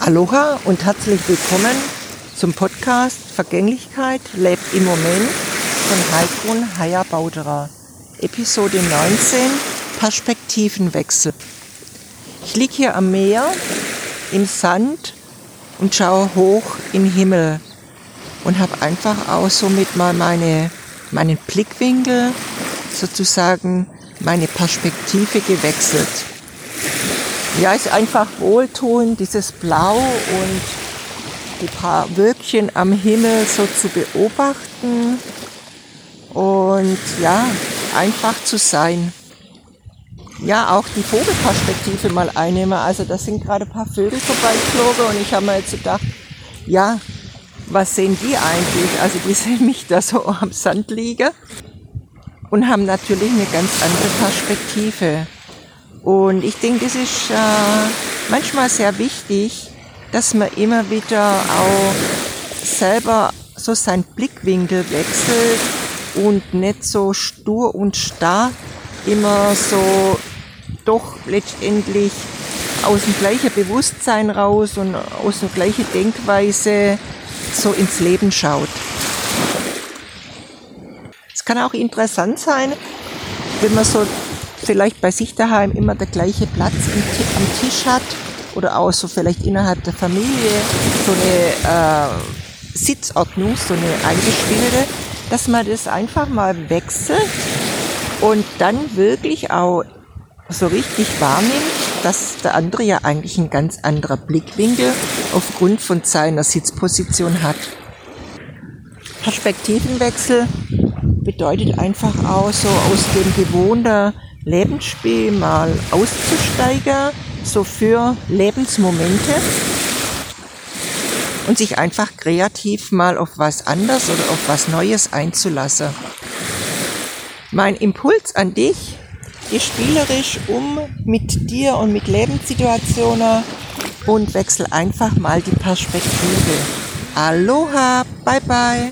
Aloha und herzlich willkommen zum Podcast Vergänglichkeit lebt im Moment von Heidrun Heyer-Bauderer. Episode 19, Perspektivenwechsel. Ich liege hier am Meer, im Sand und schaue hoch in den Himmel und habe einfach auch somit mal meinen Blickwinkel, sozusagen meine Perspektive gewechselt. Ja, ist einfach wohltuend, dieses Blau und die paar Wölkchen am Himmel so zu beobachten und ja, einfach zu sein. Ja, auch die Vogelperspektive mal einnehmen. Also da sind gerade ein paar Vögel vorbeigeflogen und ich habe mir jetzt gedacht, ja, was sehen die eigentlich? Also die sehen mich da so am Sand liegen und haben natürlich eine ganz andere Perspektive. Und ich denke, das ist manchmal sehr wichtig, dass man immer wieder auch selber so seinen Blickwinkel wechselt und nicht so stur und starr immer so doch letztendlich aus dem gleichen Bewusstsein raus und aus der gleichen Denkweise so ins Leben schaut. Es kann auch interessant sein, wenn man so vielleicht bei sich daheim immer der gleiche Platz am Tisch hat oder auch so vielleicht innerhalb der Familie so eine Sitzordnung, so eine eingespielte, dass man das einfach mal wechselt und dann wirklich auch so richtig wahrnimmt, dass der andere ja eigentlich ein ganz anderer Blickwinkel aufgrund von seiner Sitzposition hat. Perspektivenwechsel bedeutet einfach auch so aus dem gewohnten Lebensspiel mal auszusteigen, so für Lebensmomente und sich einfach kreativ mal auf was anderes oder auf was Neues einzulassen. Mein Impuls an dich, geh spielerisch um mit dir und mit Lebenssituationen und wechsel einfach mal die Perspektive. Aloha, bye bye.